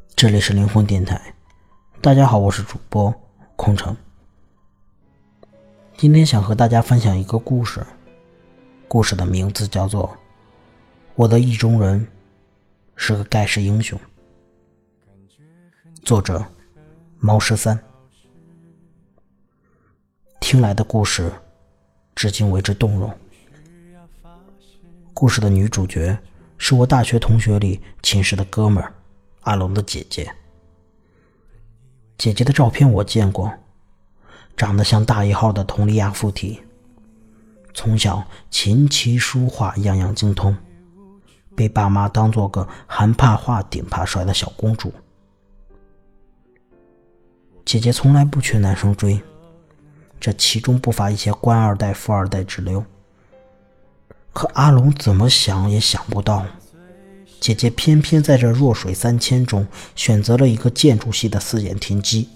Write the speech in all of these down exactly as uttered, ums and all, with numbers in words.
这里是灵魂电台，大家好，我是主播空城。今天想和大家分享一个故事，故事的名字叫做《我的意中人是个盖世英雄》，作者猫十三。听来的故事至今为之动容。故事的女主角是我大学同学里寝室的哥们儿阿龙的姐姐。姐姐的照片我见过，长得像大一号的佟丽娅附体，从小琴棋书画样样精通，被爸妈当作个韩怕画顶怕帅的小公主。姐姐从来不缺男生追，这其中不乏一些官二代富二代之流。可阿龙怎么想也想不到，姐姐偏偏在这弱水三千中选择了一个建筑系的四眼田鸡。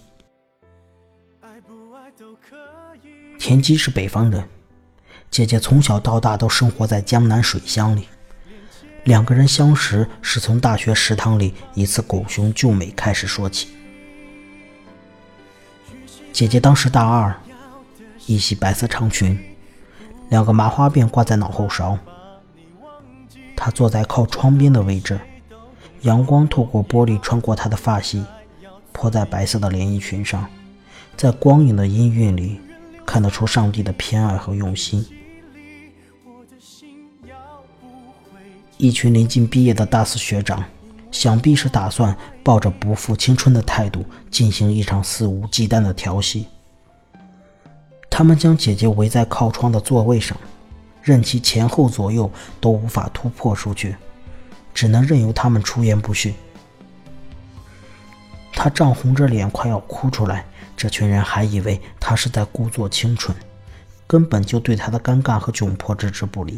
田鸡是北方人，姐姐从小到大都生活在江南水乡里。两个人相识是从大学食堂里一次狗熊救美开始说起。姐姐当时大二，一袭白色长裙，两个麻花辫挂在脑后勺。她坐在靠窗边的位置，阳光透过玻璃穿过她的发系，泼在白色的连衣裙上，在光影的氤氲里看得出上帝的偏爱和用心。一群临近毕业的大四学长，想必是打算抱着不负青春的态度进行一场肆无忌惮的调戏。他们将姐姐围在靠窗的座位上，任其前后左右都无法突破出去，只能任由他们出言不逊。她涨红着脸快要哭出来，这群人还以为她是在故作清纯，根本就对她的尴尬和窘迫置之不理。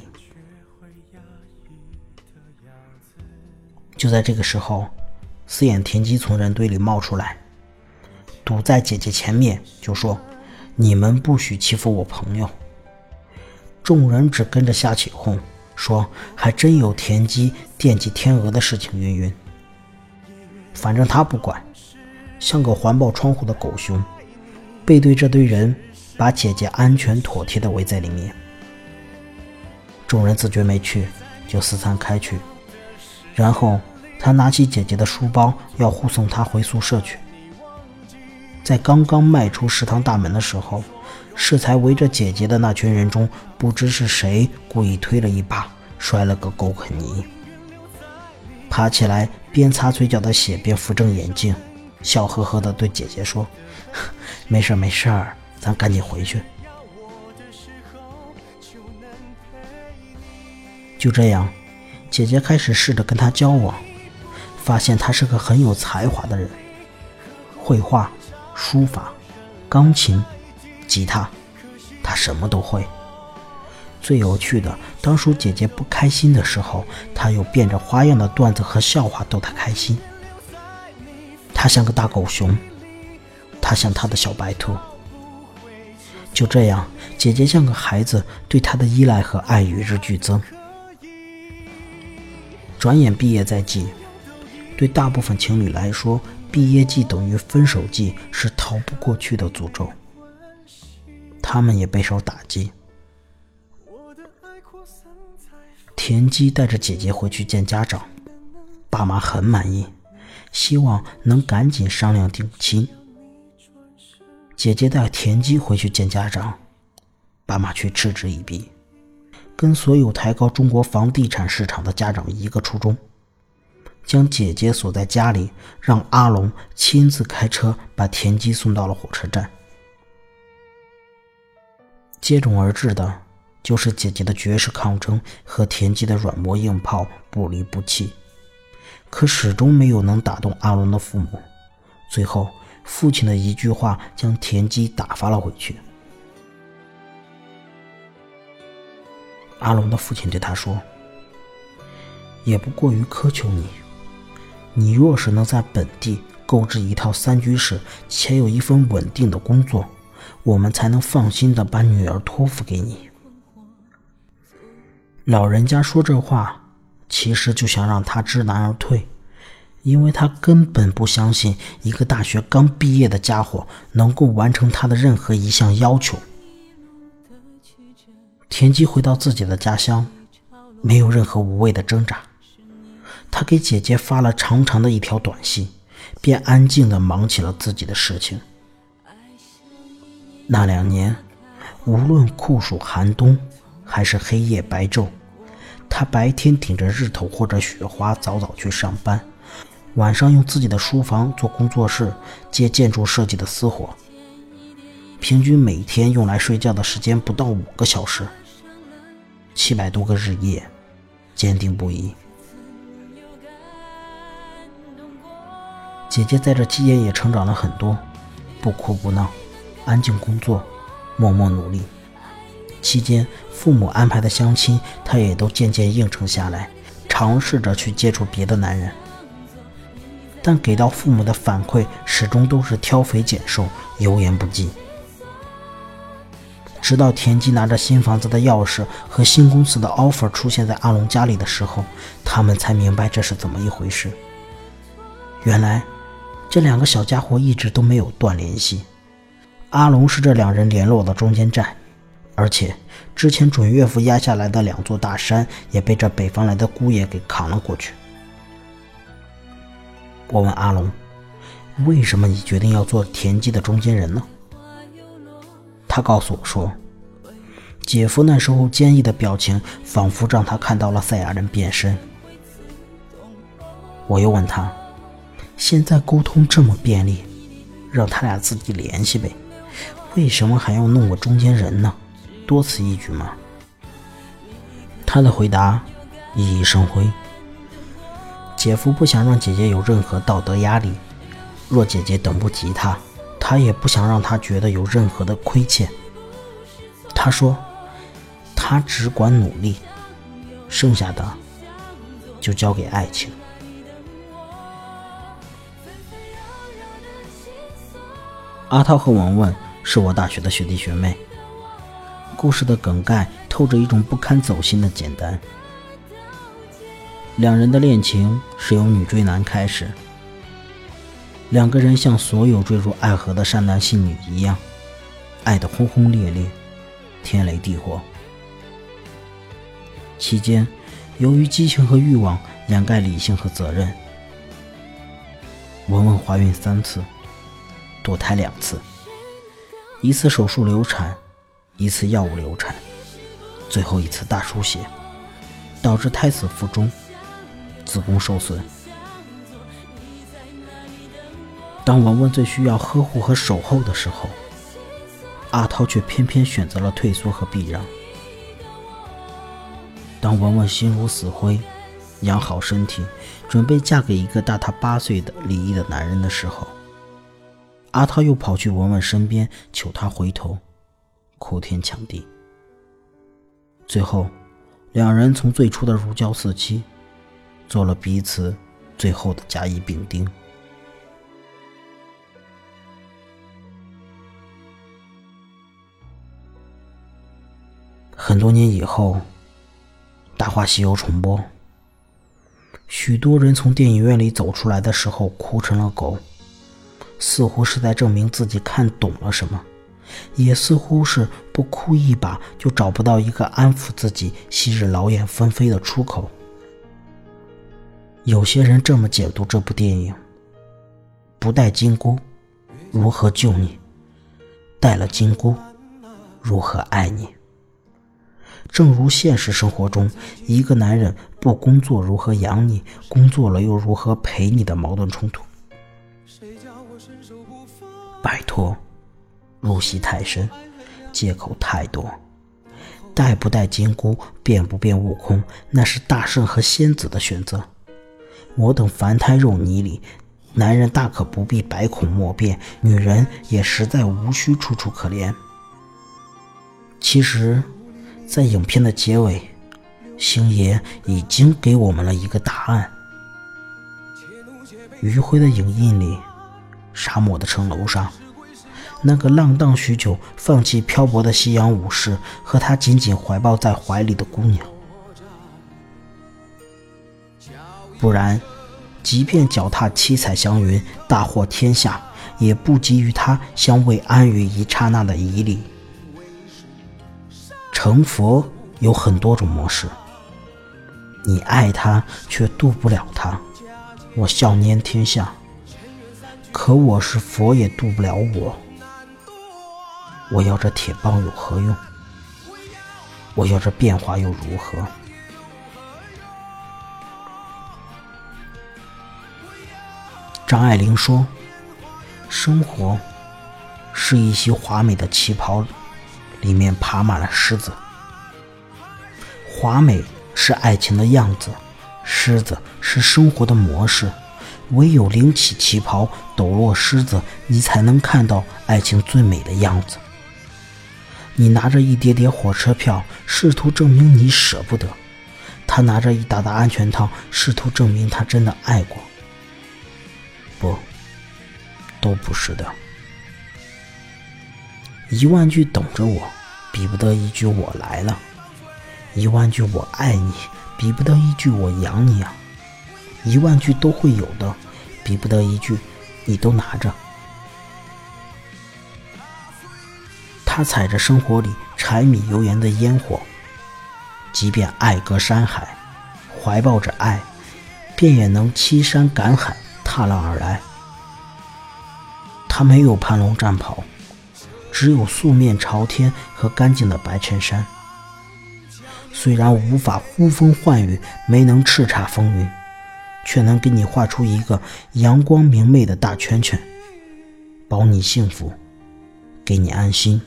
就在这个时候，四眼田鸡从人堆里冒出来，堵在姐姐前面就说：“你们不许欺负我朋友。”众人只跟着瞎起哄，说还真有田鸡惦记天鹅的事情云云。反正他不管，像个环抱窗户的狗熊，背对这堆人，把姐姐安全妥帖地围在里面。众人自觉没趣，就四散开去。然后他拿起姐姐的书包，要护送她回宿舍去。在刚刚迈出食堂大门的时候，适才围着姐姐的那群人中，不知是谁故意推了一把，摔了个狗啃泥。爬起来，边擦嘴角的血边扶正眼镜，笑呵呵地对姐姐说：“没事没事，咱赶紧回去。”就这样，姐姐开始试着跟他交往，发现他是个很有才华的人，绘画、书法、钢琴、吉他，他什么都会。最有趣的，当初姐姐不开心的时候，他又变着花样的段子和笑话逗她开心。他像个大狗熊，他像他的小白兔。就这样，姐姐像个孩子，对他的依赖和爱与日俱增。转眼毕业在即，对大部分情侣来说，毕业季等于分手季，是逃不过去的诅咒。他们也备受打击。田鸡带着姐姐回去见家长，爸妈很满意，希望能赶紧商量定亲。姐姐带田鸡回去见家长，爸妈却嗤之以鼻，跟所有抬高中国房地产市场的家长一个初衷，将姐姐锁在家里，让阿龙亲自开车把田鸡送到了火车站。接踵而至的就是姐姐的绝世抗争和田鸡的软磨硬泡不离不弃，可始终没有能打动阿龙的父母。最后父亲的一句话将田鸡打发了回去。阿龙的父亲对他说：“也不过于苛求你，你若是能在本地购置一套三居室，且有一份稳定的工作，我们才能放心地把女儿托付给你。”老人家说这话，其实就想让他知难而退， 因为他根本不相信一个大学刚毕业的家伙能够完成他的任何一项要求。田鸡回到自己的家乡，没有任何无谓的挣扎。他给姐姐发了长长的一条短信，便安静地忙起了自己的事情。那两年，无论酷暑寒冬还是黑夜白昼，他白天顶着日头或者雪花早早去上班，晚上用自己的书房做工作室，接建筑设计的私活，平均每天用来睡觉的时间不到五个小时，七百多个日夜，坚定不移。姐姐在这期间也成长了很多，不哭不闹，安静工作，默默努力。期间父母安排的相亲，她也都渐渐应承下来，尝试着去接触别的男人，但给到父母的反馈始终都是挑肥拣瘦，油盐不进。直到田鸡拿着新房子的钥匙和新公司的 offer 出现在阿龙家里的时候，他们才明白这是怎么一回事。原来这两个小家伙一直都没有断联系，阿龙是这两人联络的中间站，而且之前准岳父压下来的两座大山也被这北方来的姑爷给扛了过去。我问阿龙，为什么你决定要做田鸡的中间人呢？他告诉我说，姐夫那时候坚毅的表情仿佛让他看到了赛亚人变身。我又问他，现在沟通这么便利，让他俩自己联系呗，为什么还要弄个中间人呢？多此一举嘛。他的回答熠熠生辉，姐夫不想让姐姐有任何道德压力，若姐姐等不及他，他也不想让他觉得有任何的亏欠。他说他只管努力，剩下的就交给爱情。阿涛和文文是我大学的学弟学妹，故事的梗概透着一种不堪走心的简单。两人的恋情是由女追男开始，两个人像所有坠入爱河的善男信女一样，爱得轰轰烈烈，天雷地火。期间由于激情和欲望掩盖理性和责任，文文怀孕三次，堕胎两次，一次手术流产，一次药物流产，最后一次大出血，导致胎死腹中，子宫受损。当文文最需要呵护和守候的时候，阿涛却偏偏选择了退缩和避让。当文文心如死灰，养好身体，准备嫁给一个大她八岁的离异的男人的时候，阿涛又跑去文文身边求她回头，哭天抢地。最后两人从最初的如胶似漆，做了彼此最后的甲乙丙丁。很多年以后，大话西游重播，许多人从电影院里走出来的时候哭成了狗，似乎是在证明自己看懂了什么，也似乎是不哭一把就找不到一个安抚自己昔日劳燕分飞的出口。有些人这么解读这部电影，不带金箍如何救你，带了金箍如何爱你。正如现实生活中，一个男人不工作如何养你，工作了又如何陪你的矛盾冲突。拜托，入戏太深，借口太多。带不带金箍，变不变悟空，那是大圣和仙子的选择。我等凡胎肉泥里，男人大可不必百孔莫辩，女人也实在无需楚楚可怜。其实在影片的结尾，星爷已经给我们了一个答案。余晖的影印里，沙漠的城楼上，那个浪荡许久放弃漂泊的西洋武士和他紧紧怀抱在怀里的姑娘。不然即便脚踏七彩祥云，大获天下，也不及于他相慰安于一刹那的以礼。成佛有很多种模式，你爱他却渡不了他，我笑拈天下，可我是佛也渡不了我。我要这铁棒有何用？我要这变化又如何？张爱玲说，生活是一袭华美的旗袍，里面爬满了虱子。华美是爱情的样子，虱子是生活的模式，唯有拎起旗袍，抖落虱子，你才能看到爱情最美的样子。你拿着一叠叠火车票，试图证明你舍不得；他拿着一沓沓安全套，试图证明他真的爱过。不，都不是的。一万句等着我，比不得一句我来了；一万句我爱你，比不得一句我养你啊；一万句都会有的，比不得一句你都拿着。他踩着生活里柴米油盐的烟火，即便爱隔山海，怀抱着爱，便也能欺山赶海，踏浪而来。他没有盘龙战袍，只有素面朝天和干净的白衬衫。虽然无法呼风唤雨，没能叱咤风云，却能给你画出一个阳光明媚的大圈圈，保你幸福，给你安心。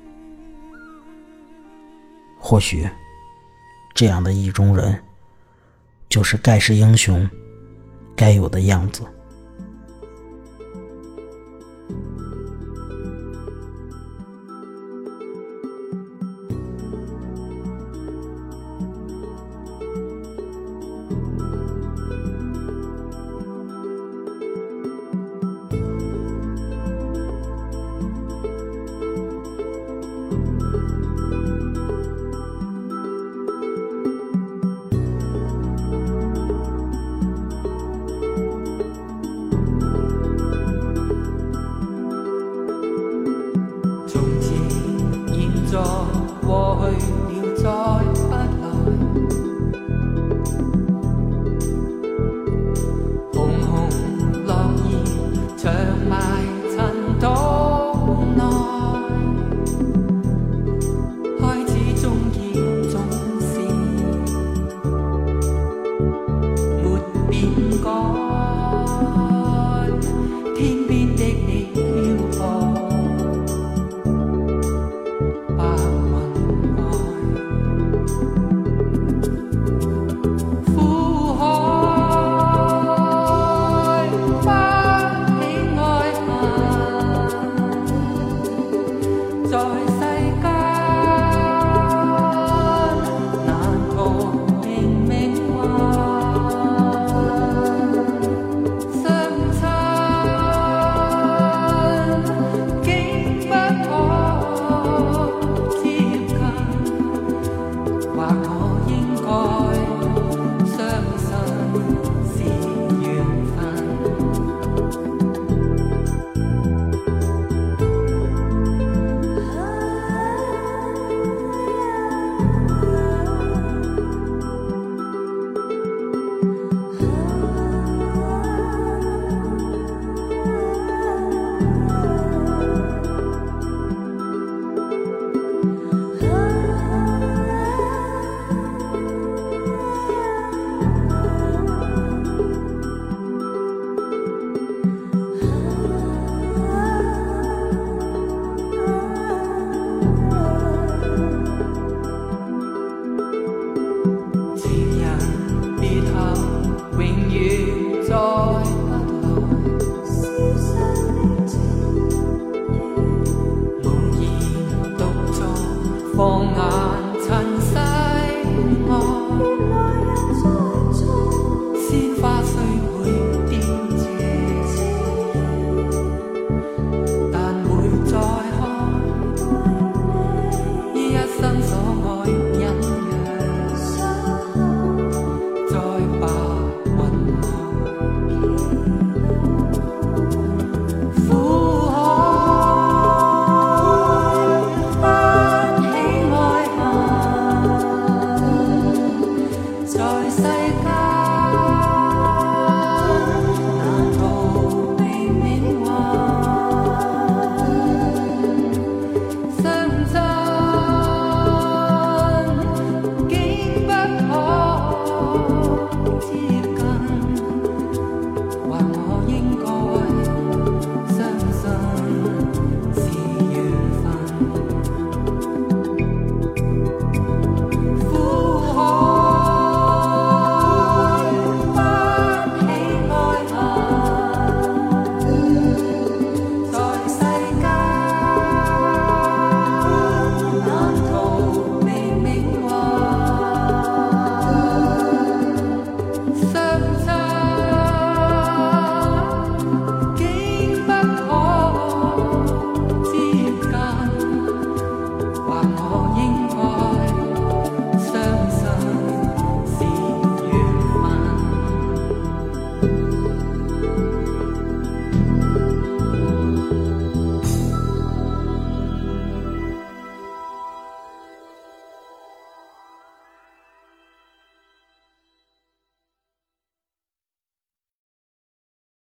或许这样的意中人，就是盖世英雄该有的样子。